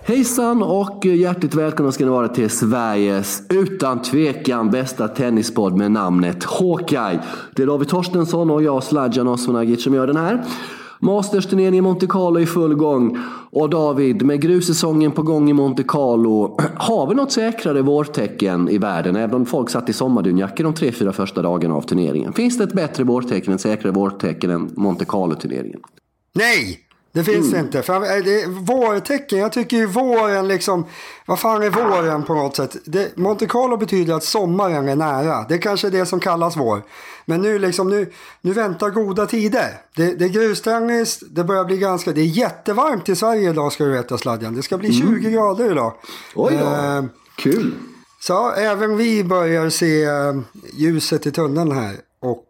Hejsan och hjärtligt välkomna ska ni vara till Sveriges utan tvekan bästa tennispodd med namnet Hawkeye. Det är David Torstensson och jag, Sladjan Osmanagic, som gör den här. Masters-turneringen i Monte Carlo i full gång. Och David, med grussäsongen på gång i Monte Carlo, har vi något säkrare vårtecken i världen? Även om folk satt i sommardunjackor de 3-4 första dagarna av turneringen. Finns det ett bättre vårtecken, ett säkrare vårtecken än Monte Carlo-turneringen? Nej! Det finns inte. Vårtecken, jag tycker ju våren liksom, vad fan är våren på något sätt? Monte Carlo betyder att sommaren är nära. Det är kanske det som kallas vår. Men nu väntar goda tider. Det är grustennis, det börjar bli det är jättevarmt i Sverige idag, ska du veta, Sladjan. Det ska bli 20 grader idag. Oj då, kul. Så även vi börjar se ljuset i tunneln här. Och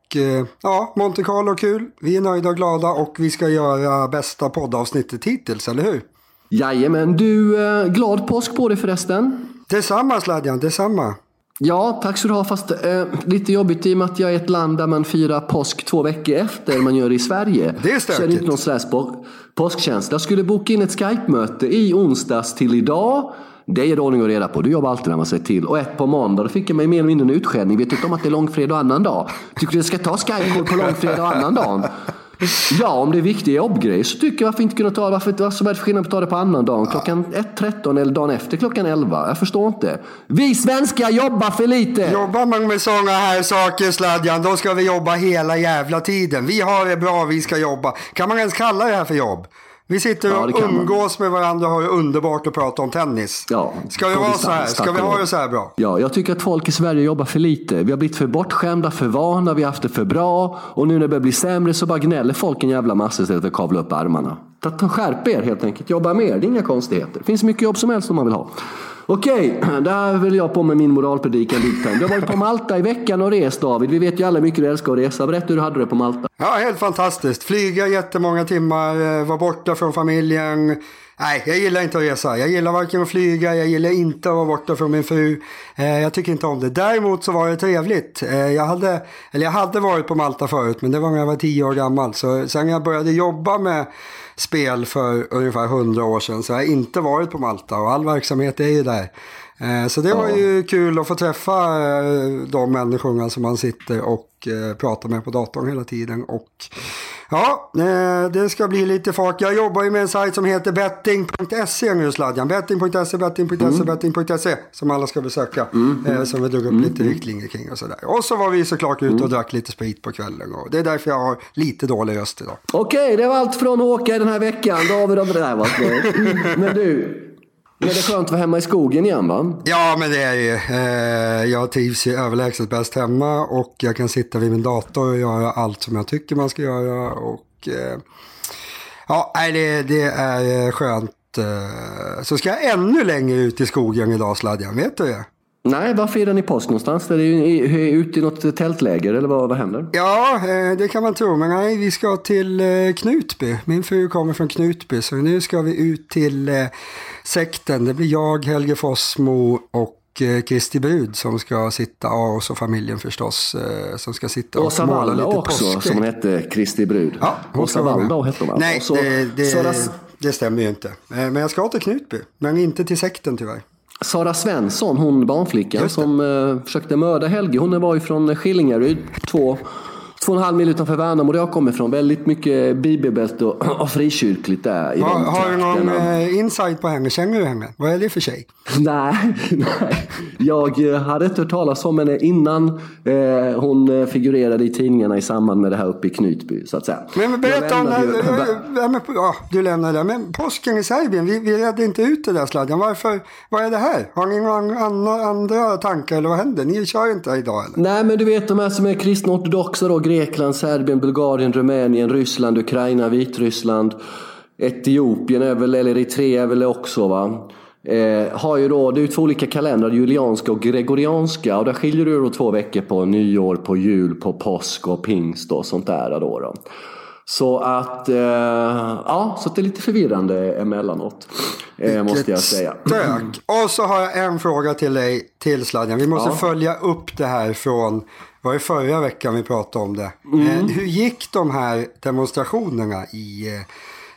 Monte Carlo kul. Vi är nöjda och glada och vi ska göra bästa poddavsnittet hittills, eller hur? Jajamän, du, glad påsk på dig förresten. Detsamma, Sladjan, detsamma. Ja, tack så du ha, fast lite jobbigt i och med att jag är ett land där man firar påsk 2 veckor efter man gör det i Sverige. Det är stökigt. Så är det inte någon slags påskkänsla. Jag skulle boka in ett Skype-möte i onsdags till idag. Det är ordning och reda på. Du jobbar alltid när man säger till. Och ett på måndag, då fick jag mig mer eller mindre en utskällning. Vet inte om att det är långfredag och annan dag. Tycker du jag ska ta Skype på långfredag och annan dag? Ja, om det är viktiga jobbgrejer så tycker jag varför inte kunna ta det. Vad som är det för skillnad på att ta det på annan dag? Klockan 1:13 eller dagen efter klockan 11. Jag förstår inte. Vi svenskar jobbar för lite. Jobbar man med sådana här saker, Sladjan, då ska vi jobba hela jävla tiden. Vi har det bra, vi ska jobba. Kan man ens kalla det här för jobb? Vi sitter och umgås med varandra och har det underbart att prata om tennis. Ja, ska vi vara så här? Ska vi ha det så här bra? Ja, jag tycker att folk i Sverige jobbar för lite. Vi har blivit för bortskämda, för vana, vi har haft det för bra. Och nu när det börjar bli sämre så bara gnäller folk en jävla massa istället för att kavla upp armarna. Skärp er helt enkelt, jobba mer, det är inga konstigheter. Det finns mycket jobb som helst om man vill ha. Okej, där vill jag på med min moralpredikan big time. Du har varit på Malta i veckan och rest, David. Vi vet ju alla mycket du älskar att resa. Berätta hur du hade det på Malta. Ja, helt fantastiskt. Flyga jättemånga timmar, var borta från familjen. Nej, jag gillar inte att resa. Jag gillar varken att flyga, jag gillar inte att vara borta från min fru. Jag tycker inte om det. Däremot så var det trevligt. Jag hade varit på Malta förut, men det var när jag var 10 år gammal. Så sen jag började jobba med spel för ungefär 100 år sedan så har jag inte varit på Malta och all verksamhet är ju där. Så det var ju kul att få träffa de människorna som man sitter och pratar med på datorn hela tiden. Och ja, det ska bli lite fart. Jag jobbar ju med en sajt som heter betting.se nu, Sladjan. Betting.se som alla ska besöka. Som vi drog upp lite riktlinjer kring och sådär. Och så var vi såklart ute och drack lite sprit på kvällen. Och det är därför jag har lite dålig röst idag. Okej, det var allt från Håka den här veckan. David och det där var Men du... Men det är skönt att vara hemma i skogen igen, va? Ja, men det är ju. Jag trivs ju överlägset bäst hemma och jag kan sitta vid min dator och göra allt som jag tycker man ska göra. Och det är skönt. Så ska jag ännu längre ut i skogen idag, Sladjan. Vet du det? Nej, var firar ni påsk någonstans? Är det ute i något tältläger eller vad händer? Ja, det kan man tro. Men nej, vi ska till Knutby. Min fru kommer från Knutby. Så nu ska vi ut till sekten. Det blir jag, Helge Fossmo och Kristi Brud som ska sitta, och så familjen förstås, som ska sitta och måla lite också, påskägg. Som hette Kristi Brud. Ja, Åsa Wallda hette hon. Nej, det stämmer ju inte. Men jag ska till Knutby, men inte till sekten tyvärr. Sara Svensson, hon barnflickan som försökte mörda Helge, hon var ju från Skillingaryd, 2,5 mil utanför Värnamo där jag kommer från. Väldigt mycket bibelbälte och frikyrkligt där. Har du någon insight på henne? Känner du henne? Vad är det för tjej? Nej. Jag hade inte hört talas om henne innan hon figurerade i tidningarna i samband med det här uppe i Knutby, så att säga. Men berätta om du lämnade det. Men påsken i Serbien, vi redde inte ut det där, Sladjan. Varför? Vad är det här? Har ni några andra tankar eller vad händer? Ni kör inte idag eller? Nej, men du vet de här som är kristna ortodoxa då, Grekland, Serbien, Bulgarien, Rumänien, Ryssland, Ukraina, Vitryssland, Etiopien är väl, eller Eritrea är väl också, va? Har ju då, det är ju 2 olika kalendrar, julianska och gregorianska, och där skiljer det då 2 veckor på nyår, på jul, på påsk och pingst och sånt där då. Så att så det är lite förvirrande emellanåt, måste jag säga. Stök. Och så har jag en fråga till dig, till Sladjan. Vi måste följa upp det här från, var det förra veckan vi pratade om det. Hur gick de här demonstrationerna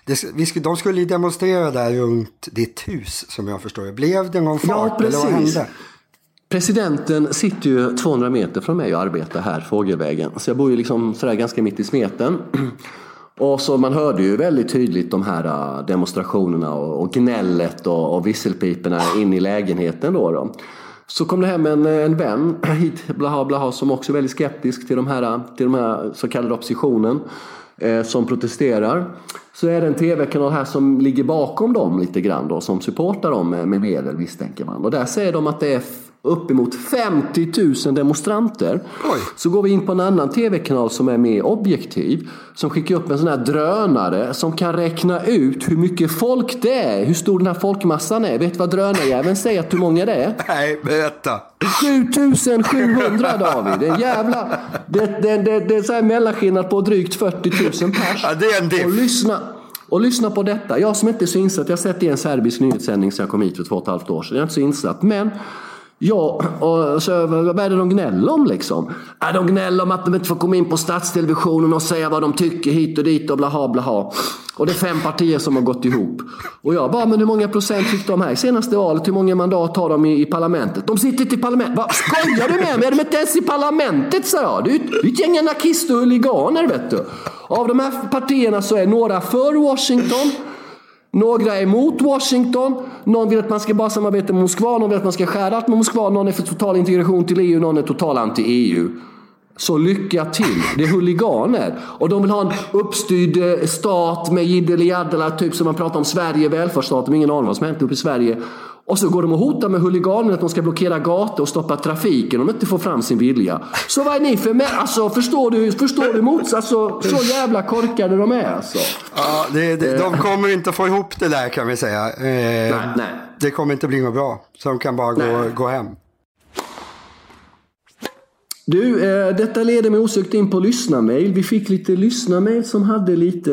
De skulle ju demonstrera där runt ditt hus, som jag förstår. Blev det någon fart? Ja, precis. Eller vad hände? Presidenten sitter ju 200 meter från mig och arbetar här, Fågelvägen. Så jag bor ju liksom sådär ganska mitt i smeten. Och så man hörde ju väldigt tydligt de här demonstrationerna och gnället och visselpiporna in i lägenheten då. Så kom det hem en vän hit, blaha, som också är väldigt skeptisk till de här så kallade oppositionen som protesterar. Så är det en tv-kanal här som ligger bakom dem lite grann då, som supportar dem med medel, misstänker man. Och där säger de att det är uppemot 50 000 demonstranter. Oj. Så går vi in på en annan tv-kanal som är mer objektiv, som skickar upp en sån här drönare som kan räkna ut hur mycket folk det är, hur stor den här folkmassan är. Vet du vad drönarjäveln säger att hur många det är? Nej, berätta. 7700, David. Det är jävla... Det är så här mellanskillnad på drygt 40 000 pers. Ja, det är en diff. Och lyssna på detta. Jag som inte är så insatt, jag har sett i en serbisk nyhetssändning sedan jag kom hit för 2,5 år sedan. Jag är inte så insatt, men ja, och så vad är det de gnäller om liksom? De gnäller om att de inte får komma in på statstelevisionen och säga vad de tycker hit och dit och blaha. Och det är 5 partier som har gått ihop. Och jag bara, men hur många procent fick de här i senaste valet? Hur många mandat har de i parlamentet? De sitter inte i parlamentet. Vad skojar du med mig? Är de inte ens i parlamentet, sa jag? Det är ett gäng anarkister och huliganer, vet du. Av de här partierna så är några för Washington, några är emot Washington, någon vill att man ska bara samarbeta med Moskva, någon vill att man ska skära allt med Moskva, någon är för total integration till EU, någon är total anti-EU. Så lycka till, det är huliganer. Och de vill ha en uppstyrd stat med jiddelijaddela, typ som man pratar om Sverige, välfärdsstat, ingen aning vad som hänt upp i Sverige. Och så går de och hotar med huliganer att de ska blockera gator och stoppa trafiken om de inte får fram sin vilja. Så vad är ni för med? Alltså, förstår du mots? Alltså, så jävla korkade de är alltså. Ja, de kommer inte få ihop det där, kan vi säga. Nej. Det kommer inte bli något bra. Så de kan bara gå hem. Du, detta leder mig osökt in på lyssnarmail. Vi fick lite lyssnarmail som hade lite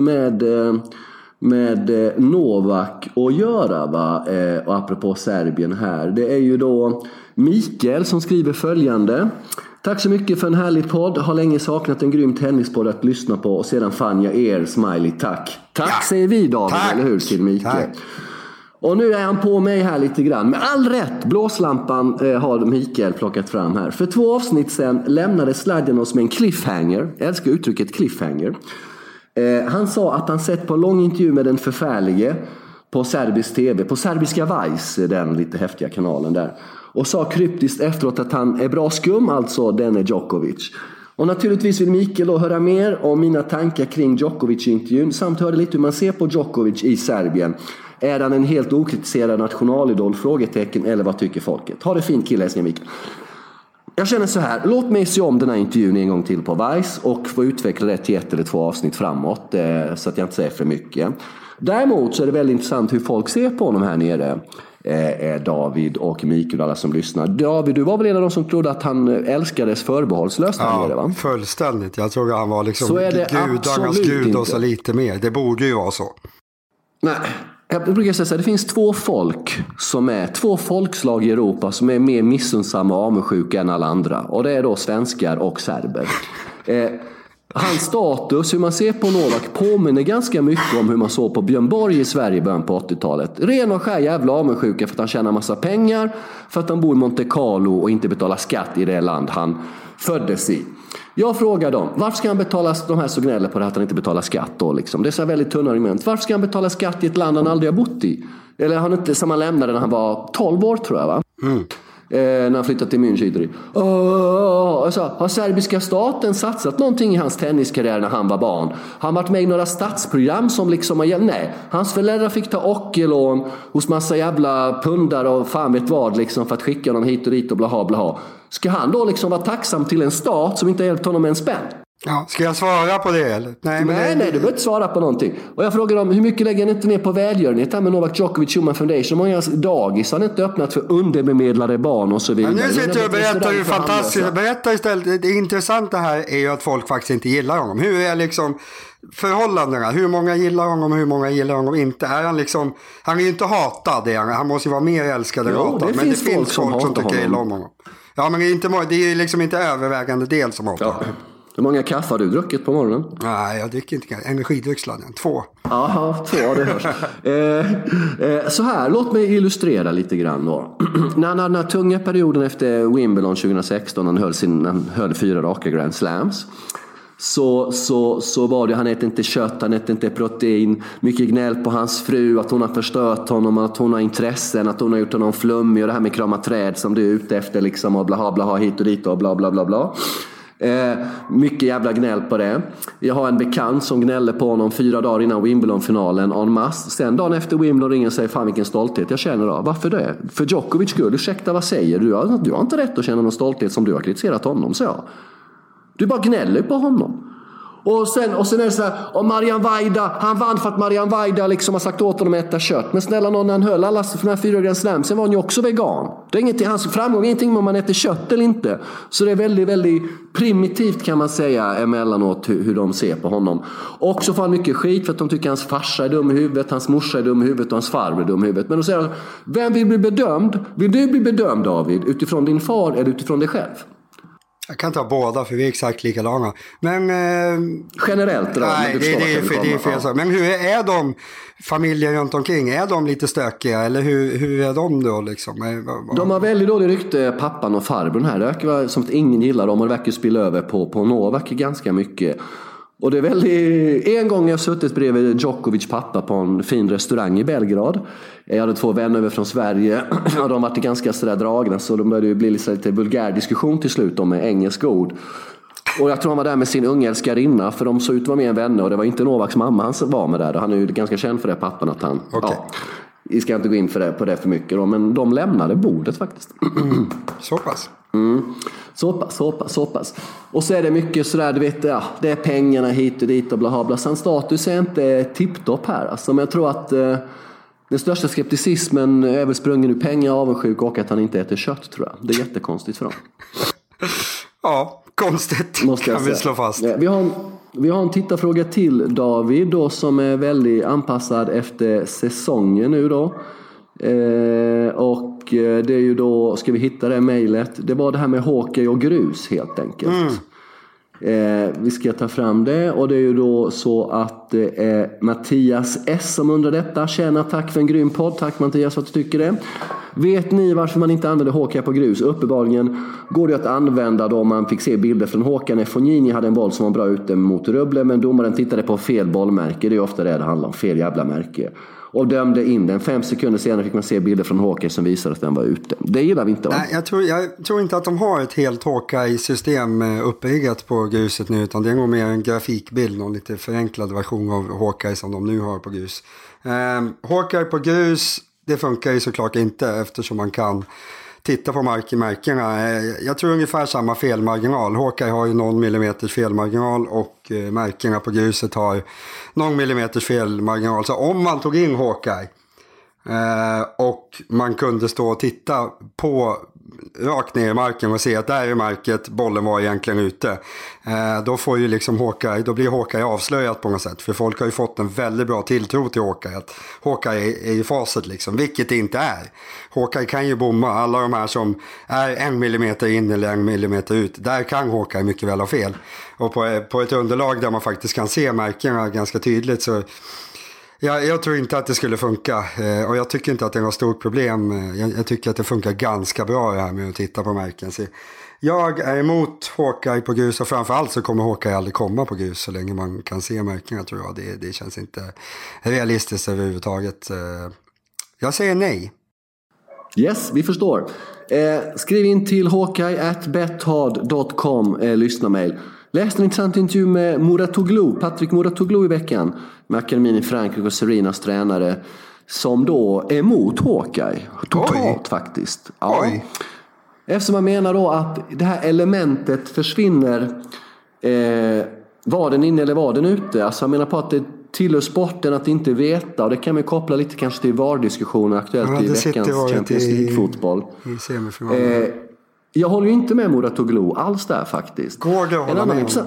med Novak att göra, va? Och apropå Serbien här. Det är ju då Mikael som skriver följande. Tack så mycket för en härlig podd. Har länge saknat en grym tennispodd att lyssna på. Och sedan fann jag er, smiley, tack. Tack säger vi, David, tack. Eller hur, till Mikael? Tack. Och nu är han på mig här lite grann. Med all rätt, blåslampan har Mikael plockat fram här. För 2 avsnitt sedan lämnade Sladjan oss med en cliffhanger. Jag älskar uttrycket cliffhanger. Han sa att han sett på en lång intervju med den förfärlige på serbisk tv, på serbiska Vice, den lite häftiga kanalen där. Och sa kryptiskt efteråt att han är bra skum, alltså denne Djokovic. Och naturligtvis vill Mikael då höra mer om mina tankar kring Djokovic-intervjun samt höra lite hur man ser på Djokovic i Serbien. Är han en helt okritiserad nationalidol? Frågetecken, eller vad tycker folket? Ha det fint, kille, älskar Mikael. Jag känner så här, låt mig se om den här intervjun en gång till på Vice och få utveckla det till 1 eller 2 avsnitt framåt, så att jag inte säger för mycket. Däremot så är det väldigt intressant hur folk ser på honom här nere, David och Mikael och alla som lyssnar. David, du var väl en av de som trodde att han älskades förbehållslöst här nere, va? Fullständigt. Jag tror att han var liksom gudarnas gud och så lite mer. Det borde ju vara så. Nej. Jag brukar säga att det finns 2 folkslag i Europa som är mer missunnsamma och avundsjuka än alla andra. Och det är då svenskar och serber. Hans status, hur man ser på Novak, påminner ganska mycket om hur man såg på Björn Borg i Sverige i början på 80-talet. Ren och skär jävla avundsjuka för att han tjänar massa pengar, för att han bor i Monte Carlo och inte betalar skatt i det land han föddes i. Jag frågar dem, varför ska han betala, de här så gnäller på det att han inte betalar skatt då liksom. Det är så väldigt tunna argument. Varför ska han betala skatt i ett land han aldrig har bott i? Eller han inte, som han lämnade när han var 12 år, tror jag, va? När han flyttade till München. Alltså, har serbiska staten satsat någonting i hans tenniskarriär när han var barn? Har han varit med i några statsprogram som liksom har hjälpt? Nej, hans föräldrar fick ta ockerlån hos massa jävla pundar och fan vet vad liksom, för att skicka honom hit och dit och blaha. Ska han då liksom vara tacksam till en stat som inte har hjälpt honom med en spänn? Ja, ska jag svara på det eller? Nej, du behöver inte svara på någonting. Och jag frågar dem, hur mycket lägger han inte ner på välgörenhet här med Novak Djokovic Human Foundation? Många dagis har han inte öppnat för underbemedlade barn och så vidare. Men nu sitter jag och berättar hur fantastiskt. Berätta istället. Det intressanta här är ju att folk faktiskt inte gillar honom. Hur är liksom förhållandena? Hur många gillar honom och hur många gillar honom inte? Är han liksom, han är ju inte hatad, han måste ju vara mer älskad än hatad. Men det finns folk som tycker illa om honom. Ja, men det är ju liksom inte övervägande del som hatar. Ja. Hur många kaffe har du druckit på morgonen? Nej, jag dricker inte kaffe. Energidrycksladdning, 2. Ja, 2, det hörs. Så här, låt mig illustrera lite grann då. När den här tunga perioden efter Wimbledon 2016, han höll 4 raka Grand Slams. Så var det, han äter inte kött, han äter inte protein, mycket gnäll på hans fru, att hon har förstört honom, att hon har intressen, att hon har gjort honom flummig, och det här med krama träd som du är ute efter liksom, och blaha hit och dit och bla bla bla bla. Mycket jävla gnäll på det. Jag har en bekant som gnällde på honom 4 dagar innan Wimbledon-finalen en masse. Sen dagen efter Wimbledon ringer och säger, fan vilken stolthet jag känner då. Varför det? För Djokovic skull, ursäkta vad säger du? Du har inte rätt att känna någon stolthet som du har kritiserat honom, så jag. Du bara gnäller på honom. Och sen är det så här, och Marian Vajda, han vann för att Marian Vajda liksom har sagt åt honom att äta kött. Men snälla någon, han höll alla för de här 4 Grand Slam, sen var han ju också vegan. Det är ingenting, hans framgång är ingenting om man äter kött eller inte. Så det är väldigt, väldigt primitivt kan man säga emellanåt hur de ser på honom. Och så får han mycket skit för att de tycker hans farsa är dum i huvudet, hans morsa är dum i huvudet och hans farbror är dum i huvudet. Men de säger, vem vill bli bedömd? Vill du bli bedömd, David, utifrån din far eller utifrån dig själv? Jag kan ta båda för vi är exakt likadana. Men generellt då? Nej, det är fel sak. Men hur är de familjer runt omkring? Är de lite stökiga? Eller hur är de då liksom? De har väldigt dåligt rykte, pappan och farbrorn här. Det verkar som att ingen gillar dem och det verkar spilla över på Novak ganska mycket. Och det är väldigt... En gång jag suttit bredvid Djokovic pappa på en fin restaurang i Belgrad. Jag hade 2 vänner över från Sverige och de var ganska sådär dragna, så de började bli lite vulgär diskussion till slut om engelska ord. Och jag tror han var där med sin unga älskarinna, för de såg ut att vara med en vänner och det var inte Novaks mamma han var med där. Han är ju ganska känd för det, pappan, att han... Okay. Ja, vi ska inte gå in på det för mycket då, men de lämnade bordet faktiskt. Så pass. Så pass. Och så är det mycket sådär, du vet, ja, det är pengarna hit och dit och bla bla. Sen status är inte tipptopp här. Alltså, men jag tror att den största skepticismen är väl sprungen ur pengar, avundsjuk och att han inte äter kött, tror jag. Det är jättekonstigt för dem. Ja, konstigt kan vi slå fast. Vi har en tittarfråga till, David, då, som är väldigt anpassad efter säsongen nu då. Och det är ju då, ska vi hitta det mejlet, det var det här med hockey och grus helt enkelt. Vi ska ta fram det, och det är ju då så att det är Mattias S som undrar detta. Tjena, tack för en grym podd. Tack Mattias för att du tycker det. Vet ni varför man inte använder hockey på grus? Uppenbarligen går det att använda då man fick se bilder från Håkan när Fognini hade en boll som var bra ute mot Rubble, men domaren tittade på fel bollmärke. Det är ofta det handlar om, fel jävla märke. Och dömde in den. 5 sekunder senare fick man se bilder från Håkan som visade att den var ute. Det gillar vi inte, va? Nej, jag tror inte att de har ett helt Håkan-system uppriggat på gruset nu, utan det är nog mer en grafikbild, någon lite förenklad version av Håkan som de nu har på grus. Håkan på grus, det funkar ju såklart inte, eftersom man kan titta på märkena. Jag tror ungefär samma felmarginal. Håkan har ju 0 mm felmarginal och märkena på gruset har 0 mm felmarginal. Så om man tog in Håkan och man kunde stå och titta på rakt ner i marken och se att där är märket, bollen var egentligen ute, då får ju liksom då blir Håkan avslöjat på något sätt, för folk har ju fått en väldigt bra tilltro till Håkan, att Håkan är i facit liksom, vilket det inte är. Håkan kan ju bomma, alla de här som är 1 millimeter in eller 1 millimeter ut, där kan Håkan mycket väl ha fel, och på ett underlag där man faktiskt kan se märkena ganska tydligt, så jag tror inte att det skulle funka, och jag tycker inte att det är något stort problem. Jag tycker att det funkar ganska bra det här med att titta på märken. Så jag är emot Håkan på grus, och framförallt så kommer Håkan aldrig komma på grus så länge man kan se märkena, tror jag. Det känns inte realistiskt överhuvudtaget. Jag säger nej. Yes, vi förstår. Skriv in till håkai@bethard.com, lyssna mejl. Läste en intressant intervju med Patrik Muratoglu i veckan, med akademin i Frankrike och Serenas tränare, som då är emot Håkan totalt faktiskt. Ja. Oj. Eftersom man menar då att det här elementet försvinner, var den inne eller var den ute. Alltså jag menar på att det tillhör sporten att inte veta, och det kan man koppla lite kanske till VAR-diskussionen aktuellt i veckans Champions League-fotboll. Jag håller ju inte med Muratoglu alls där faktiskt. Går det att hålla med om?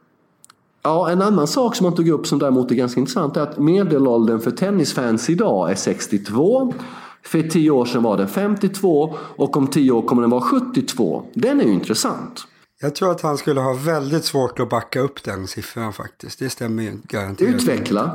Ja, en annan sak som man tog upp som däremot är ganska intressant är att medelåldern för tennisfans idag är 62. För 10 år sedan var den 52 och om 10 år kommer den vara 72. Den är ju intressant. Jag tror att han skulle ha väldigt svårt att backa upp den siffran faktiskt. Det stämmer ju garanterat. Utveckla.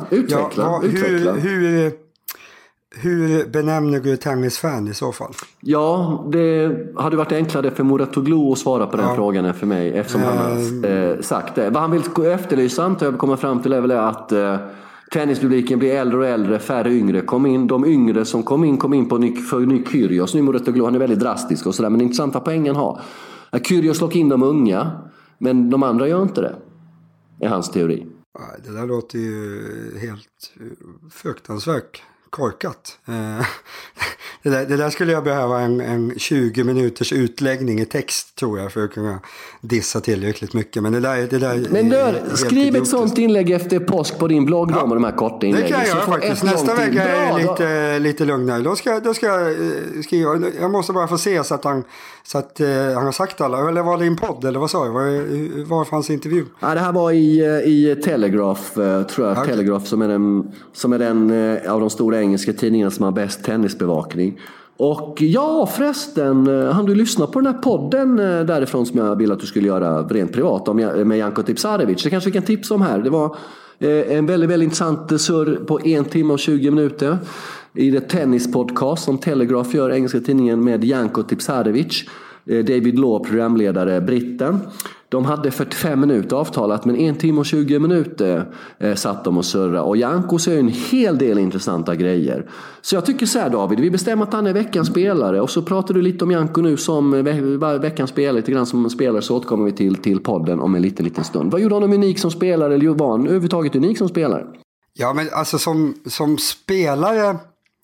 Hur benämner du tennisfan i så fall? Ja, det hade varit enklare för Muratoglu att svara på den frågan än för mig. Eftersom han har sagt det. Vad han vill efterlysa, antar jag, komma fram till är väl att tennispubliken blir äldre och äldre, färre yngre. De yngre som kom in för ny Kyrgios. Nu Muratoglu, han är väldigt drastisk och sådär. Men det är intressant vad poängen har. Kyrgios lockar in de unga, men de andra gör inte det. Är hans teori. Det där låter ju helt fruktansvärt korkat. Det där skulle jag behöva en 20 minuters utläggning i text, tror jag, för att kunna dissa tillräckligt mycket. Men det där men skriv ett sånt inlägg efter påsk på din blogg om de här korta inläggen. Det kan jag göra faktiskt. Nästa vecka är jag lite lugnare. Då ska jag skriva. Jag måste bara få se så att han har sagt alla. Eller var det en podd? Eller vad sa jag? Var fanns intervju? Ja, det här var i Telegraph, tror jag. Okay. Telegraph som är den av de stora engelska tidningarna som har bäst tennisbevakning. Och ja, förresten, han du lyssna på den här podden därifrån som jag ville att du skulle göra rent privat med Janko Tipsarevic. Det kanske vi kan tipsa om här. Det var en väldigt, väldigt intressant surr på 1 timme och 20 minuter i det tennispodcast som Telegraph gör, engelska tidningen, med Janko Tipsarevic, David Law, programledare, britten. De hade 45 minuter avtalat, men 1 timme och 20 minuter satt de och surra. Och Janko säger en hel del intressanta grejer. Så jag tycker så här, David, vi bestämmer att han är veckans spelare. Och så pratar du lite om Janko nu som veckans spelare, lite grann som spelare, så återkommer vi till podden om en liten stund. Vad gjorde han unik som spelare, eller var han överhuvudtaget unik som spelare? Ja, men alltså som spelare...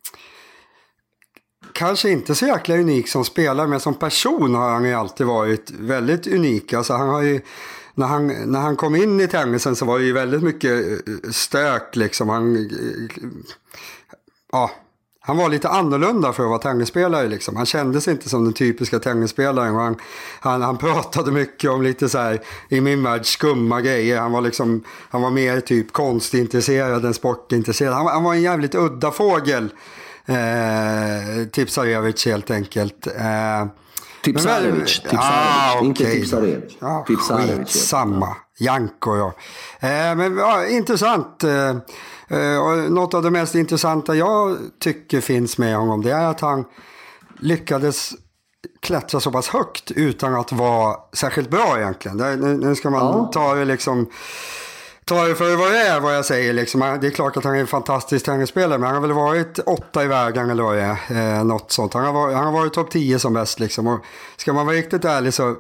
Kanske inte så jäkla unik som spelare, men som person har han ju alltid varit väldigt unik. Alltså han har ju, när han kom in i tennisen så var det ju väldigt mycket stök liksom. Han var lite annorlunda för att vara tennisspelare liksom. Han kändes inte som den typiska tennisspelaren. Han pratade mycket om lite så här, i min värld, skumma grejer. Han var mer typ konstintresserad än sportintresserad. Han var en jävligt udda fågel. Tipsarevic helt enkelt. Tipsarevic, inte Tipsarevic. Samma. Janko, ja. Men ja, intressant. Och något av det mest intressanta jag tycker finns med honom, det är att han lyckades klättra så pass högt utan att vara särskilt bra egentligen. Nu ska man ta det liksom... Ta det för vad det är, vad jag säger liksom. Det är klart att han är en fantastisk tennisspelare, men han har väl varit 8 i världen eller vad det är, något sånt. Han har varit topp 10 som bäst liksom. Och ska man vara riktigt ärlig så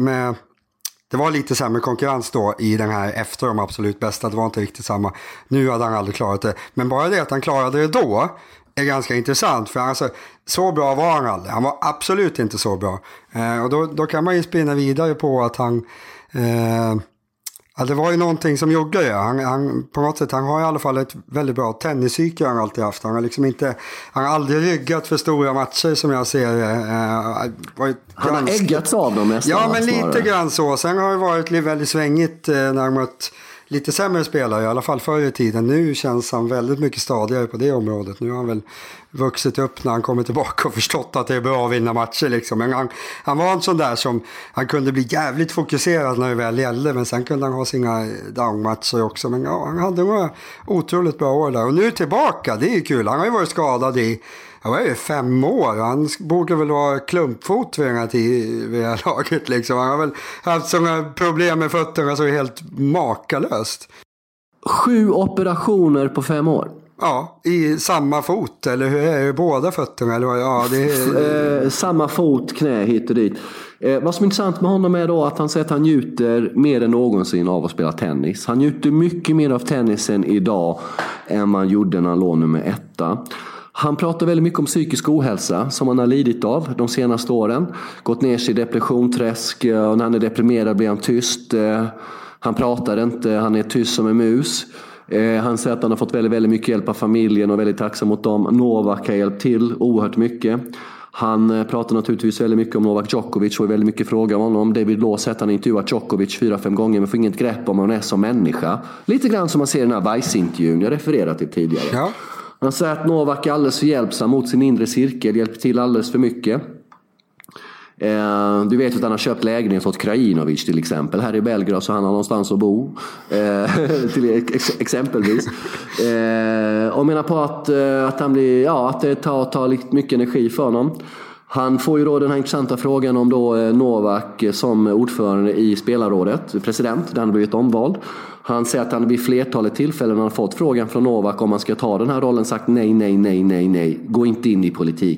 det var lite sämre konkurrens då i den här efter de absolut bästa. Det var inte riktigt samma. Nu hade han aldrig klarat det. Men bara det att han klarade det då är ganska intressant. För alltså, så bra var han aldrig. Han var absolut inte så bra. Och då kan man ju spinna vidare på att han... Ja, det var ju någonting som gjorde det. Han på något sätt, han har i alla fall ett väldigt bra tennispsyke han alltid haft. Han har aldrig ryggat för stora matcher som jag ser. Han har äggats av dem nästan. Ja, men lite grann så. Sen har det varit väldigt svängigt när han mött lite sämre spelare, i alla fall förr i tiden. Nu känns han väldigt mycket stadigare på det området. Nu har han väl vuxit upp när han kommer tillbaka och förstått att det är bra att vinna matcher liksom. Men han var en sån där som han kunde bli jävligt fokuserad när det väl gällde, men sen kunde han ha sina downmatcher också. Men ja, han hade några otroligt bra år där. Och nu tillbaka, det är ju kul. Han har ju varit skadad i 5 år. Han borde väl vara klumpfot vid det här laget liksom. Han har väl haft sådana problem med fötterna så är det helt makalöst. 7 operationer på 5 år. Ja, i samma fot, eller hur är det? Båda fötterna? Eller? Ja, det är... samma fot, knä hit och dit. Vad som är intressant med honom är då att han säger att han njuter mer än någonsin av att spela tennis. Han njuter mycket mer av tennisen idag än man gjorde när han låg nummer 1. Han pratar väldigt mycket om psykisk ohälsa som han har lidit av de senaste åren. Gått ner sig i depressionsträsk, och när han är deprimerad blir han tyst. Han pratar inte, han är tyst som en mus. Han säger att han har fått väldigt, väldigt mycket hjälp av familjen och väldigt tacksam mot dem. Novak har hjälpt till oerhört mycket. Han pratar naturligtvis väldigt mycket om Novak Djokovic och väldigt mycket fråga om honom. David Law säger att han intervjuat Djokovic 4-5 gånger men får inget grepp om hon är som människa. Lite grann som man ser i den här Vice-intervjun jag refererade till tidigare. Ja. Han säger att Novak är alldeles för hjälpsam mot sin inre cirkel, hjälper till alldeles för mycket. Du vet att han har köpt lägenhet åt Krajinovic till exempel. Här i Belgrad så han har någonstans att bo. Exempelvis. Och menar på att han blir, ja, att det tar lite mycket energi för honom. Han får ju då den här intressanta frågan om då Novak som ordförande i spelarrådet, president, där han blivit omvald. Han säger att han vid flertalet tillfällen har fått frågan från Novak om man ska ta den här rollen, sagt nej. Gå inte in i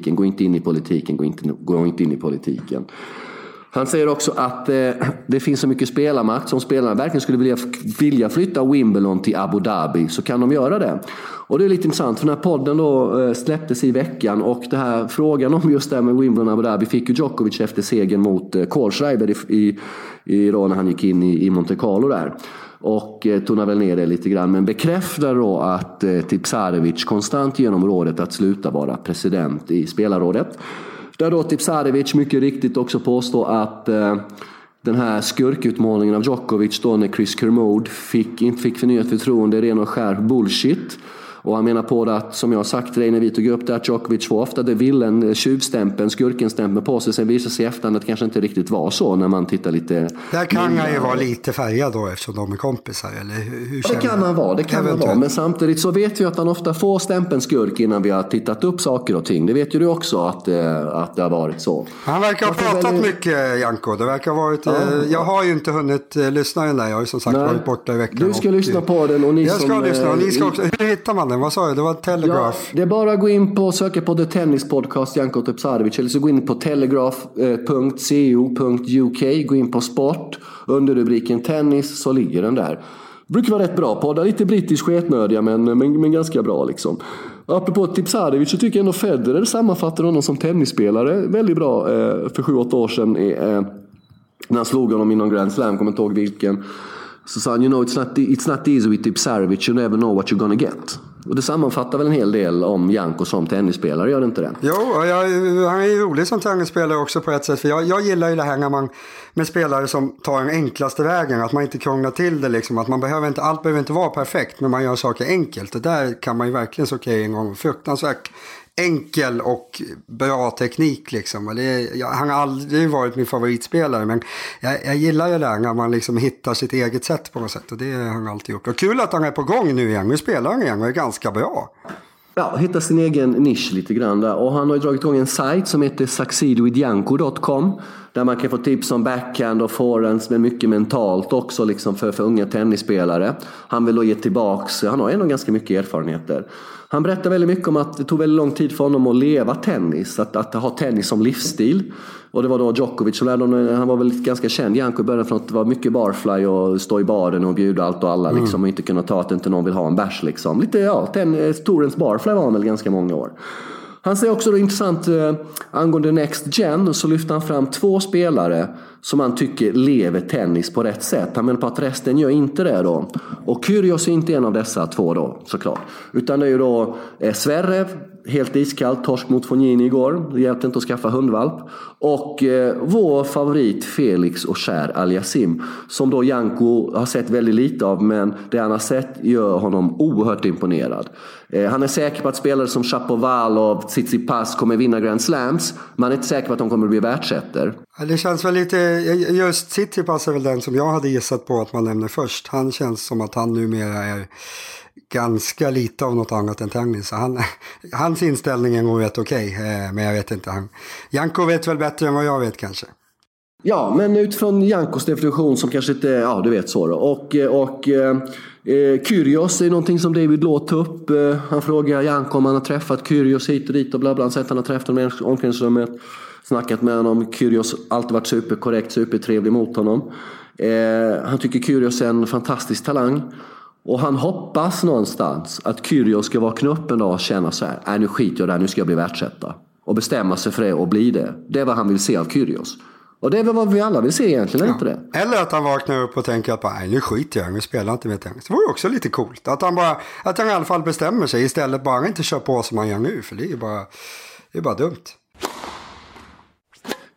politiken. Han säger också att det finns så mycket spelarmakt som spelarna verkligen skulle vilja flytta Wimbledon till Abu Dhabi, så kan de göra det. Och det är lite intressant för den här podden då släpptes i veckan, och det här frågan om just det här med Wimbledon och Abu Dhabi fick ju Djokovic efter segern mot Kohlschreiber i då när han gick in i Monte Carlo där. Och tonar väl ner det lite grann, men bekräftar då att Tipsarevic konstant genom rådet att sluta vara president i spelarrådet. Där då Tipsarevic mycket riktigt också påstår att den här skurkutmaningen av Djokovic då när Chris Kermode inte fick förnyat förtroende, ren och skär bullshit. Och han menar på det att, som jag har sagt till dig när vi tog upp det, att Djokovic var ofta det vill en tjuvstämpeln, skurkenstämpeln på sig. Sen visar sig i efterhand att det kanske inte riktigt var så när man tittar lite. Där kan han ju vara lite färgad då eftersom de är kompisar, eller hur det kan han vara, men samtidigt så vet vi att han ofta får stämpeln skurk innan vi har tittat upp saker och ting. Det vet ju du också att det har varit så. Han verkar ha pratat mycket, Janko. Det verkar ha varit, jag har ju inte hunnit lyssna den där, jag har ju som sagt varit borta i veckan. Du ska lyssna på den och jag ska lyssna och ni ska också. Hur hittar man den? Vad sa jag? Det var Telegraph. Ja, det är bara att gå in på söka på The Tennis Podcast Janko Tipsarevic, eller så gå in på telegraph.co.uk, gå in på sport under rubriken tennis, så ligger den där. Brukar vara rätt bra poddar, lite brittisk sketnödiga men ganska bra liksom. Apropå Tipsarevic så tycker jag ändå Federer sammanfattar honom som tennisspelare väldigt bra för 7-8 år sedan när han slog honom i någon Grand Slam, kommer inte ihåg vilken. Så sa han, you know, it's not easy with Tipsarevic, you never know what you're gonna get. Och det sammanfattar väl en hel del om Janko som tennisspelare, gör det inte det? Jo, han är ju rolig som tennisspelare också på ett sätt. För jag gillar ju det här när man med spelare som tar den enklaste vägen. Att man inte krånglar till det liksom. Att man allt behöver inte vara perfekt, men man gör saker enkelt. Det där kan man ju verkligen så okej en gång. Fruktansvärt enkel och bra teknik liksom. Han har aldrig varit min favoritspelare, men jag gillar det där när man liksom hittar sitt eget sätt på något sätt, och det har han alltid gjort. Och kul att han är på gång nu igen. Nu spelar han igen och är ganska bra. Ja, hitta sin egen nisch lite grann där. Och han har ju dragit igång en sajt som heter succeedwithjanko.com, där man kan få tips om backhand och forehands, men mycket mentalt också liksom för unga tennisspelare. Han vill då ge tillbaks, han har ändå ganska mycket erfarenheter. Han berättar väldigt mycket om att det tog väldigt lång tid för honom att leva tennis, att ha tennis som livsstil. Och det var då Djokovic som lärde honom, han var väl ganska känd, Janko, i början från att det var mycket barfly och stå i baren och bjuda allt och alla liksom, och inte kunna ta att inte någon vill ha en bärs liksom. Lite, Torrens barfly var han väl ganska många år. Han säger också då intressant angående Next Gen, så lyfter han fram 2 spelare som han tycker lever tennis på rätt sätt. Han menar på att resten gör inte det då. Och Kyrgios är inte en av dessa 2 då, såklart. Utan det är ju då Zverev, helt iskallt, torsk mot Fognini igår. Det hjälpte inte att skaffa hundvalp. Och vår favorit Felix och Kär Aliassime, som då Janko har sett väldigt lite av, men det han har sett gör honom oerhört imponerad. Han är säker på att spelare som Shapovalov och Tsitsipas kommer vinna Grand Slams, men han är inte säker på att de kommer att bli världsettor. Det känns väl lite, just Tsitsipas är väl den som jag hade gissat på att man nämner först. Han känns som att han numera är ganska lite av något annat än tennis. Hans inställning är nog rätt okej, men jag vet inte. Janko vet väl bättre än vad jag vet kanske. Ja, men utifrån Jankos definition som kanske inte, ja du vet så då. Och Kyrgios är någonting som David Law tog upp. Han frågar Janko om han har träffat Kyrgios hit och dit och bla bla. Han säger att han har träffat honom i omklädningsrummet, snackat med honom. Kyrgios har alltid varit superkorrekt, supertrevlig mot honom. Han tycker Kyrgios är en fantastisk talang. Och han hoppas någonstans att Kyrgios ska vakna upp en dag och känna så här: nu skiter jag där, nu ska jag bli världsetta. Och bestämma sig för det och bli det. Det är vad han vill se av Kyrgios. Och det är väl vad vi alla vill se egentligen, är inte det? Eller att han vaknar upp och tänker att nu skiter jag, nu spelar inte med tennis. Det var ju också lite coolt. Att han i alla fall bestämmer sig istället, bara inte kör på som han gör nu. För det är bara dumt.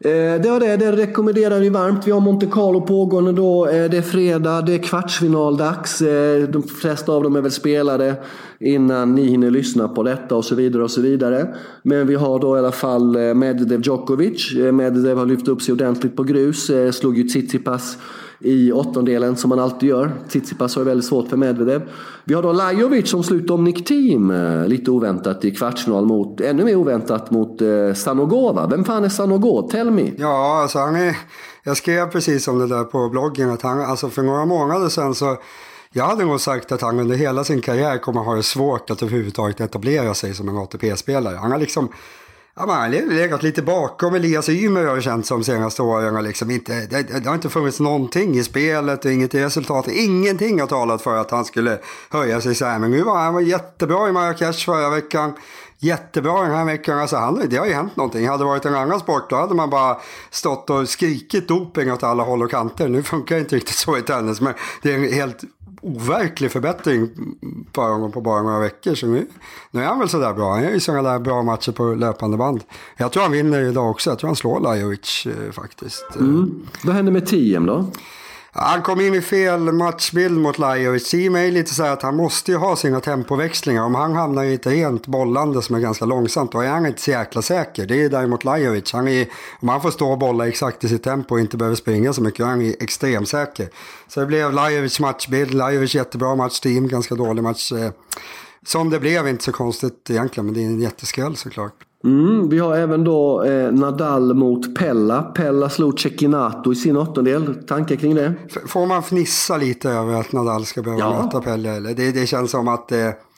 Det rekommenderar vi varmt. Vi har Monte Carlo pågående då. Det är fredag, det är kvartsfinaldags. De flesta av dem är väl spelade innan ni hinner lyssna på detta och så vidare och så vidare. Men vi har då i alla fall Medvedev Djokovic. Medvedev har lyft upp sig ordentligt på grus. Slog ju Tsitsipas i åttondelen som man alltid gör. Tsitsipas har väldigt svårt för Medvedev. Vi har då Lajovic som slutar om Nick Thiem. Lite oväntat i kvartsfinal ännu mer oväntat mot Sanogova. Vem fan är Sanogova? Tell me. Ja, alltså jag skrev precis om det där på bloggen att alltså för några månader sedan så jag hade nog sagt att han under hela sin karriär kommer ha det svårt att överhuvudtaget etablera sig som en ATP-spelare. Han har liksom han har legat lite bakom Elias Ymer har det känts som senaste åren. Liksom det har inte funnits någonting i spelet och inget resultat. Ingenting har talat för att han skulle höja sig så här. Men nu var han jättebra i Marrakesh förra veckan. Jättebra den här veckan. Alltså det har ju hänt någonting. Hade det varit en annan sport då hade man bara stått och skrikit doping åt alla håll och kanter. Nu funkar det inte riktigt så i tennis. Men det är en helt overklig förbättring på bara några veckor. Så nu är han väl sådär bra. Han gör ju sådana där bra matcher på löpande band. Jag tror han vinner idag också. Jag tror han slår Lajovic faktiskt. Vad händer med Thiem då? Han kom in i fel matchbild mot Lajovic. Thiem är lite så här att han måste ju ha sina tempoväxlingar. Om han hamnar i ett rent bollande som är ganska långsamt, då är han inte så jäkla säker. Det är däremot Lajovic. Om han får stå och bolla exakt i sitt tempo och inte behöver springa så mycket, han är extremt säker. Så det blev Lajovic matchbild. Lajovic jättebra match, Thiem ganska dålig match. Som det blev inte så konstigt egentligen, men det är en jätteskräll såklart. Vi har även då Nadal mot Pella. Pella slog Cecchinato i sin åttondel. Tankar kring det? Får man fnissa lite över att Nadal ska behöva möta Pella? Eller? Det känns som att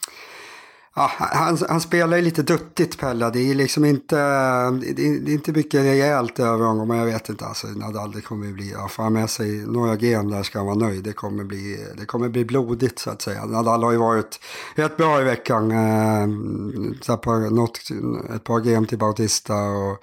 han spelar ju lite duttigt Pella. Det är liksom inte det är inte mycket rejält över honom. Men jag vet inte, alltså Nadal det kommer ju bli, får han med sig några game där ska han vara nöjd. Det kommer bli blodigt så att säga. Nadal har ju varit rätt bra i veckan. Ett par game till Bautista och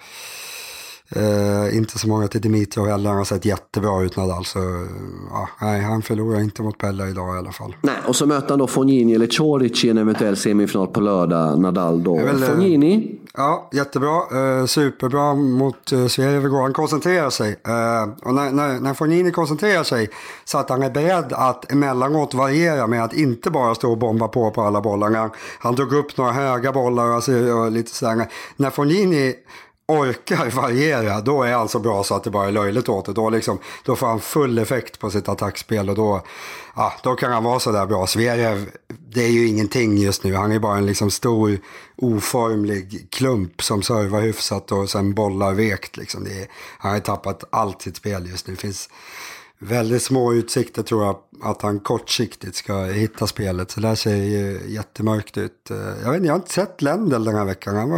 inte så många till Dimitrov heller. Han har sett jättebra ut Nadal. Så nej, han förlorar inte mot Pella idag i alla fall. Nej, och så möter han då Fognini eller Coric i en eventuell semifinal på lördag. Nadal då. Fognini? Ja, jättebra. Superbra mot Sverige igår. Han koncentrerar sig. Och när Fognini koncentrerar sig så att han är beredd att emellanåt variera med att inte bara stå och bomba på alla bollarna. Han drog upp några höga bollar och lite sådär. När Fognini orkar variera, då är han så bra så att det bara är löjligt åt det. Då får han full effekt på sitt attackspel och då kan han vara så där bra. Sverige, det är ju ingenting just nu. Han är bara en liksom stor oformlig klump som servar hyfsat och sen bollar vekt. Liksom. Han har tappat allt sitt spel just nu. Det finns väldigt små utsikter tror jag att han kortsiktigt ska hitta spelet. Så det ser ju jättemörkt ut. Jag har inte sett Lendl den här veckan. Han har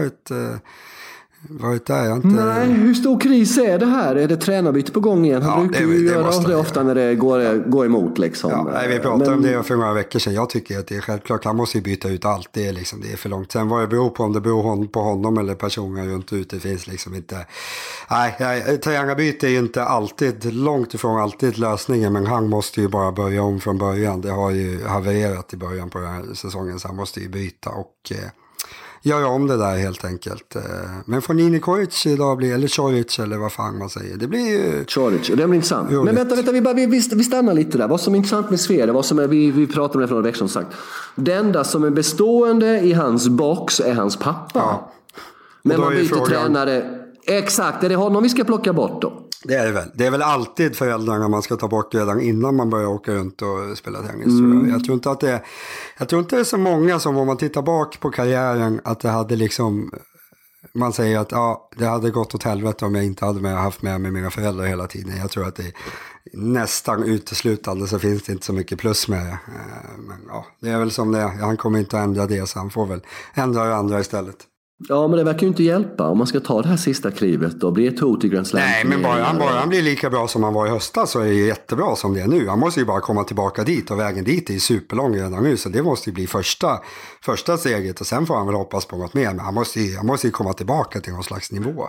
varit där. Nej, hur stor kris är det här? Är det tränarbyte på gång igen? Han brukar ju göra det ofta när det går emot. Liksom. Ja, nej, vi pratade om det för några veckor sedan. Jag tycker att det är självklart. Han måste ju byta ut allt. Det är för långt. Sen vad det beror på, om det beror på honom eller personer runt ut. Det finns liksom inte. Nej, tränarbyte är ju inte alltid, långt ifrån alltid lösningen. Men han måste ju bara börja om från början. Det har ju havererat i början på den här säsongen. Så han måste ju byta och göra om det där helt enkelt. Men Fognini Coric idag blir, eller Coric eller vad fan man säger. Det blir ju Coric, och det blir intressant. Men vänta, vi stannar lite där. Vad som är intressant med Sverige, vad som är, vi pratade om det för några veckor som sagt. Det enda som är bestående i hans box är hans pappa. Ja. Men man byter tränare. Exakt, är det honom vi ska plocka bort då? Det är det väl. Det är väl alltid föräldrarna man ska ta bort redan innan man börjar åka runt och spela tennis. Jag tror inte det är så många som, om man tittar bak på karriären, att det hade liksom, man säger att det hade gått åt helvete om jag inte hade haft med mig mina föräldrar hela tiden. Jag tror att det är nästan uteslutande, så finns det inte så mycket plus med det. Men det är väl som det är. Han kommer inte att ändra det, så han får väl ändra det andra istället. Ja, men det verkar ju inte hjälpa om man ska ta det här sista klivet och bli ett hot i Grand Slam. Nej, men bara han blir lika bra som han var i höstas, så är det ju jättebra som det är nu. Han måste ju bara komma tillbaka dit, och vägen dit är ju superlång redan nu, så det måste ju bli första steget, och sen får han väl hoppas på något mer. Men han måste ju komma tillbaka till någon slags nivå.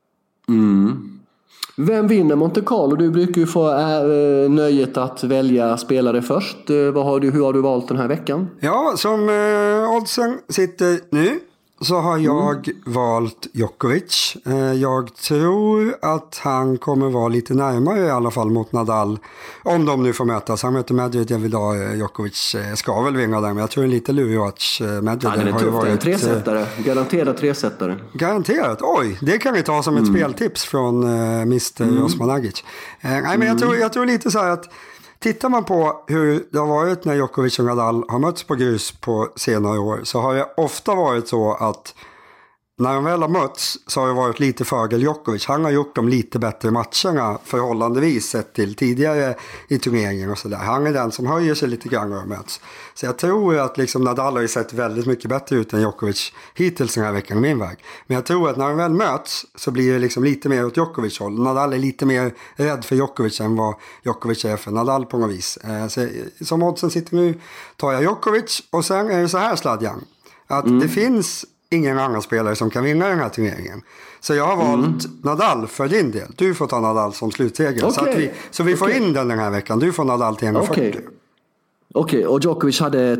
Vem vinner Monte Carlo? Du brukar ju få nöjet att välja spelare först. Hur har du valt den här veckan? Ja, som oddsen sitter nu så har jag valt Djokovic. Jag tror att han kommer vara lite närmare i alla fall mot Nadal. Om de nu får mötas. Han möter Medvedev idag. Djokovic ska väl vinna där. Men jag tror en lite lurig match. Medvedev har ju varit... Tresättare. Garanterat tresättare. Garanterat. Oj, det kan vi ta som ett speltips från Mr. Osman Agic. Nej, men jag tror lite så här att tittar man på hur det har varit när Djokovic och Nadal har mötts på grus på senare år, så har det ofta varit så att när de väl har mötts så har det varit lite fördel Djokovic. Han har gjort de lite bättre matcherna förhållandevis sett till tidigare i turneringen och sådär. Han är den som höjer sig lite grann när de möts. Så jag tror att liksom Nadal har ju sett väldigt mycket bättre ut än Djokovic hittills den här veckan i min väg. Men jag tror att när de väl möts så blir det liksom lite mer åt Djokovic håll. Nadal är lite mer rädd för Djokovic än vad Djokovic är för Nadal på något vis. Så som oddsen sitter nu tar jag Djokovic, och sen är det så här, Sladjan, att det finns ingen annan spelare som kan vinna den här turneringen. Så jag har valt Nadal för din del. Du får ta Nadal som slutseger. Okay. Så vi får in den här veckan. Du får Nadal till 1,40. Okej, och Djokovic hade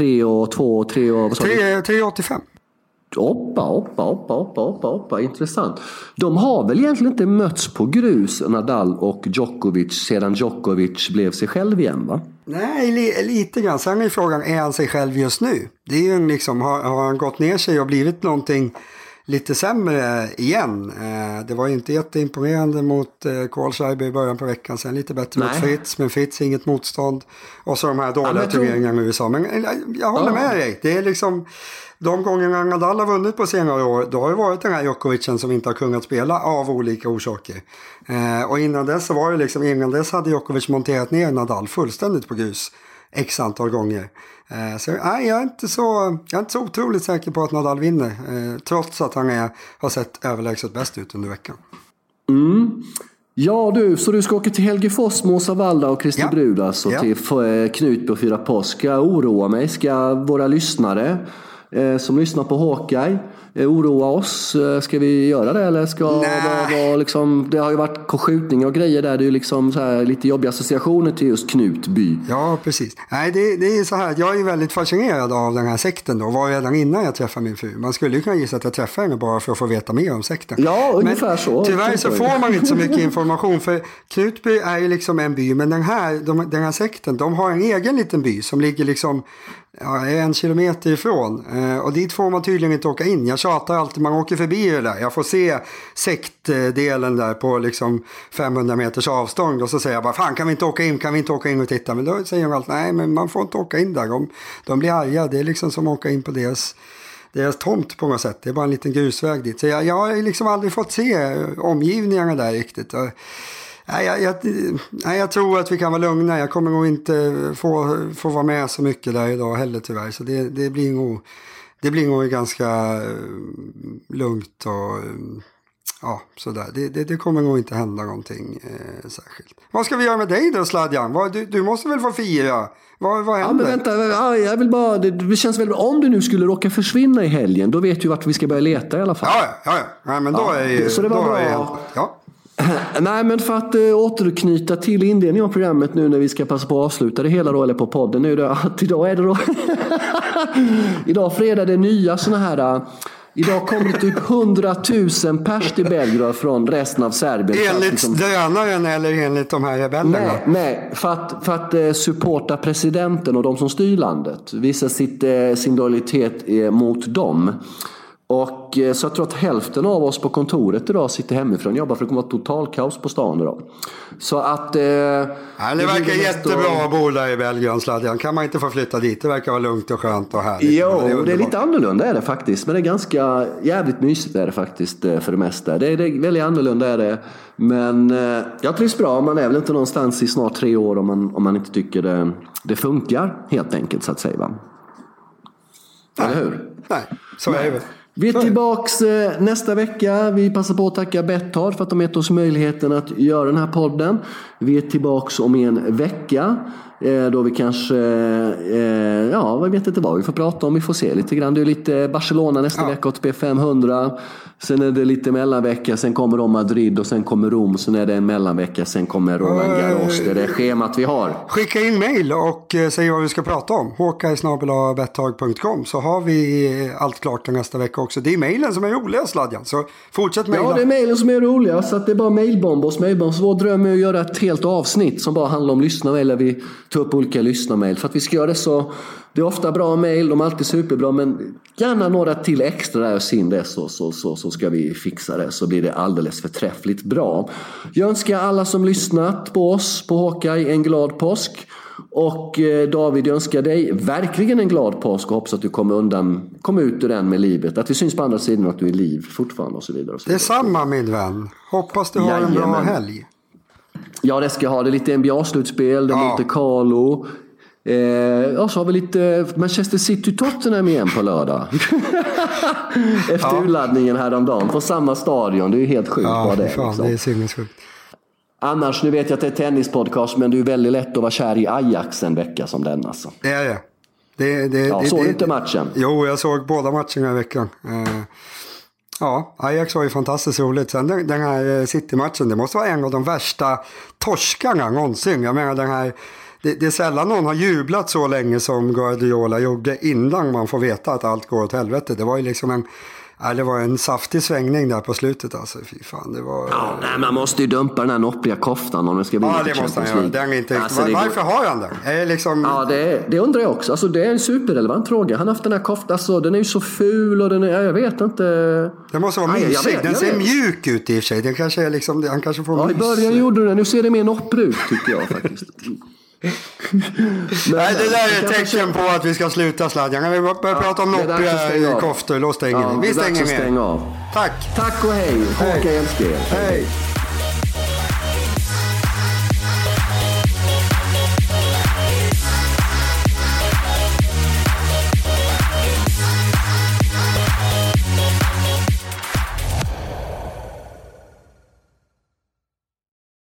3,85. Hoppa. Intressant. De har väl egentligen inte mötts på grus, Nadal och Djokovic, sedan Djokovic blev sig själv igen, va? Nej, lite grann. Sen är frågan, är han sig själv just nu? Det är ju liksom, har han gått ner sig och blivit någonting lite sämre igen? Det var inte jätteimponerande mot Kohlschreiber i början på veckan. Sen lite bättre mot Fritz, men Fritz inget motstånd. Och så de här dåliga turneringarna i USA. Men jag håller med dig. Det är liksom... De gångerna Nadal har vunnit på senare år, då har det varit den här Djokovicen som inte har kunnat spela av olika orsaker. Och innan dess så var det liksom, innan dess hade Djokovic monterat ner Nadal fullständigt på grus x antal gånger. Så nej, jag är inte så otroligt säker på att Nadal vinner, trots att han har sett överlägset bäst ut under veckan. Ja du, så du ska åka till Helgefoss, Måsa Valda och Kristi Brud alltså, till Knutby och fira påsk. Ska jag oroa mig? Ska våra lyssnare som lyssnar på Hawkeye oroa oss? Ska vi göra det, eller ska vara liksom, det har ju varit skjutningar och grejer där, det är ju liksom så här lite jobbiga associationer till just Knutby. Ja, precis. Nej, det är så här, jag är väldigt fascinerad av den här sekten då, var redan innan jag träffade min fru. Man skulle ju kunna gissa att jag träffade henne bara för att få veta mer om sekten. Ja, ungefär så. Tyvärr så får man inte så mycket information, för Knutby är ju liksom en by, men den här sekten, de har en egen liten by som ligger liksom 1 kilometer ifrån, och dit får man tydligen inte åka in. Jag tjatar alltid, man åker förbi det där. Jag får se sektdelen där på liksom 500 meters avstånd, och så säger jag bara, fan kan vi inte åka in och titta? Men då säger de alltid, nej men man får inte åka in där. De blir arga, det är liksom som att åka in på deras tomt på något sätt. Det är bara en liten grusväg dit. Så jag har liksom aldrig fått se omgivningarna där riktigt. Jag tror att vi kan vara lugna. Jag kommer nog inte få vara med så mycket där idag heller tyvärr. Så det blir nog ganska lugnt och sådär. Det kommer nog inte hända någonting särskilt. Vad ska vi göra med dig då, Sladjan? Du måste väl få fira? Vad händer? Ja, men vänta, jag vill bara, det känns väl, om du nu skulle råka försvinna i helgen, då vet du vart vi ska börja leta i alla fall. Ja, men då är ju... Så det var bra. Nej, men för att återknyta till inledningen av programmet nu när vi ska passa på att avsluta det hela då, eller på podden nu då, att idag är det då idag fredag, det nya såna här, idag kommer det typ 100 000 pers till Belgrad från resten av Serbien. Enligt liksom, drönaren eller enligt de här rebellerna? Nej, för att supporta presidenten och de som styr landet, visa sin lojalitet mot dem. Och så jag tror att hälften av oss på kontoret idag sitter hemifrån och jobbar, för det kommer att vara total kaos på stan idag. Så att... det verkar jättebra att bo där i Belgien, Sladjan. Kan man inte få flytta dit? Det verkar vara lugnt och skönt och härligt. Jo, det är lite annorlunda är det faktiskt. Men det är ganska jävligt mysigt är det faktiskt för det mesta. Det är väldigt annorlunda är det. Men jag trivs bra. Man är väl inte någonstans i snart 3 år om man inte tycker det funkar helt enkelt, så att säga, va? Eller hur? Nej, så är det. Vi är tillbaks nästa vecka. Vi passar på att tacka Betthard för att de gett oss möjligheten att göra den här podden. Vi är tillbaks om en vecka. Då vi kanske, jag vet inte vad vi får prata om. Vi får se lite grann. Det är lite Barcelona nästa vecka, ATP 500. Sen är det lite mellanvecka, sen kommer de Madrid och sen kommer Rom. Sen är det en mellanvecka, sen kommer Roland Garros. Det är det schemat vi har. Skicka in mejl och säg vad vi ska prata om. håkaj@bettag.com, så har vi allt klart till nästa vecka också. Det är mejlen som är roliga, Sladjan, så fortsätt mejla. Ja, det är mejlen som är roliga, så att det är bara mejlbomb oss. Vår dröm är att göra ett helt avsnitt som bara handlar om lyssnarmejl, där vi tar upp olika lyssnarmejl. För att vi ska göra det så, det är ofta bra mejl, de är alltid superbra, men gärna några till extra där och sin det, så ska vi fixa det, så blir det alldeles förträffligt bra. Jag önskar alla som lyssnat på oss på Håkaj en glad påsk. Och David, jag önskar dig verkligen en glad påsk och hoppas att du kommer ut ur den med livet. Att vi syns på andra sidan, att du är i liv fortfarande och så vidare. Och så det är samma, min vän. Hoppas du har en bra helg. Ja, det ska jag ha. Det är lite NBA-slutspel, det är Monte Carlo. Och så har vi lite Manchester City-Tottenham igen på lördag. Efter urladdningen häromdagen på samma stadion. Det är ju helt sjukt vad det är. Fan, det är sinnessjukt. Annars, nu vet jag att det är tennispodcast, men det är väldigt lätt att vara kär i Ajax en vecka som den alltså. Det är det. Såg du inte matchen? Jo, jag såg båda matcherna i veckan. Ajax var ju fantastiskt roligt. Sen den här City-matchen, det måste vara en av de värsta torskarna någonsin. Jag menar, den här, det är sällan någon har jublat så länge som Guardiola gjorde innan man får veta att allt går åt helvete. Det var ju liksom det var en saftig svängning där på slutet, alltså. Fy fan, det var... man måste ju dumpa den här noppriga koftan om det ska bli det måste han göra. Den är inte varför har han den? Det undrar jag också. Alltså, det är en superrelevant fråga. Han har haft den här koftan, alltså, den är ju så ful och den är, jag vet inte. Det måste vara mysig. Den ser mjuk ut i och för sig. Den kanske är liksom, han kanske får i början gjorde den. Nu ser det mer nopprig ut, tycker jag faktiskt. Nej, det där är ett tecken på att vi ska sluta, Sladjan. Vi börjar prata om noppriga koftor. Låt stänga. Vi stänger ner. Tack och hej. Håkaj älskar er. Hej.